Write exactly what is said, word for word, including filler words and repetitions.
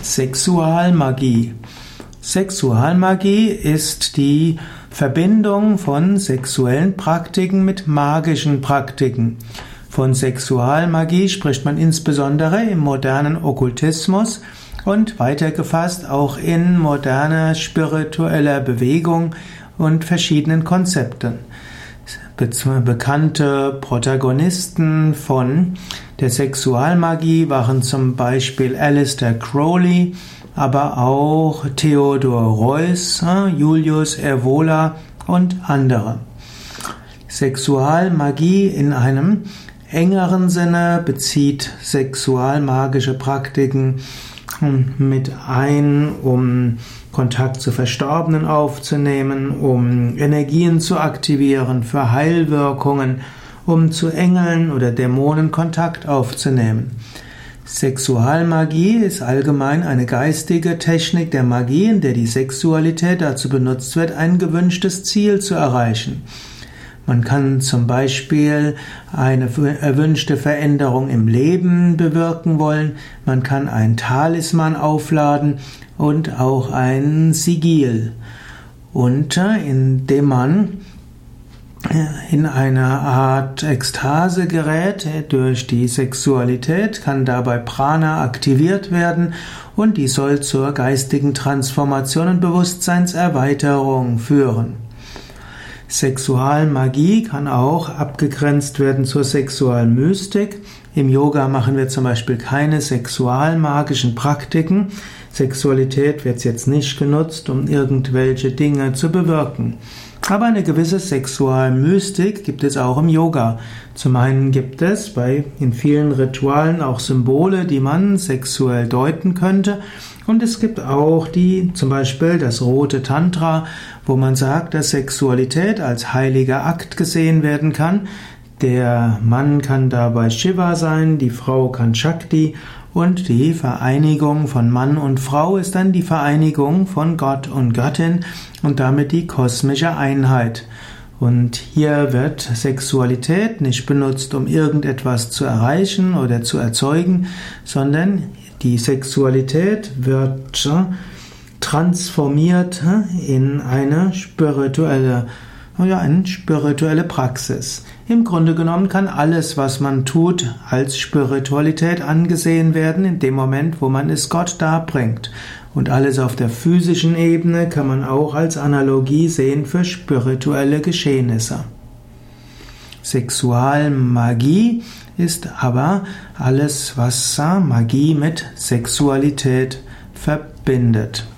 Sexualmagie. Sexualmagie ist die Verbindung von sexuellen Praktiken mit magischen Praktiken. Von Sexualmagie spricht man insbesondere im modernen Okkultismus und weitergefasst auch in moderner spiritueller Bewegung und verschiedenen Konzepten. Bekannte Protagonisten von der Sexualmagie waren zum Beispiel Aleister Crowley, aber auch Theodor Reuss, Julius Evola und andere. Sexualmagie in einem engeren Sinne bezieht sexualmagische Praktiken mit ein, um Kontakt zu Verstorbenen aufzunehmen, um Energien zu aktivieren für Heilwirkungen, um zu Engeln oder Dämonen Kontakt aufzunehmen. Sexualmagie ist allgemein eine geistige Technik der Magie, in der die Sexualität dazu benutzt wird, ein gewünschtes Ziel zu erreichen. Man kann zum Beispiel eine erwünschte Veränderung im Leben bewirken wollen, man kann ein Talisman aufladen und auch ein Sigil. Und indem man in eine Art Ekstase gerät durch die Sexualität, kann dabei Prana aktiviert werden und die soll zur geistigen Transformation und Bewusstseinserweiterung führen. Sexualmagie kann auch abgegrenzt werden zur Sexualmystik. Im Yoga machen wir zum Beispiel keine sexualmagischen Praktiken. Sexualität wird jetzt nicht genutzt, um irgendwelche Dinge zu bewirken. Aber eine gewisse Sexualmystik gibt es auch im Yoga. Zum einen gibt es bei in vielen Ritualen auch Symbole, die man sexuell deuten könnte. Und es gibt auch die, zum Beispiel das rote Tantra, wo man sagt, dass Sexualität als heiliger Akt gesehen werden kann. Der Mann kann dabei Shiva sein, die Frau kann Shakti und die Vereinigung von Mann und Frau ist dann die Vereinigung von Gott und Göttin und damit die kosmische Einheit. Und hier wird Sexualität nicht benutzt, um irgendetwas zu erreichen oder zu erzeugen, sondern die Sexualität wird transformiert in eine spirituelle, ja, eine spirituelle Praxis. Im Grunde genommen kann alles, was man tut, als Spiritualität angesehen werden, in dem Moment, wo man es Gott darbringt. Und alles auf der physischen Ebene kann man auch als Analogie sehen für spirituelle Geschehnisse. Sexualmagie ist aber alles, was Magie mit Sexualität verbindet.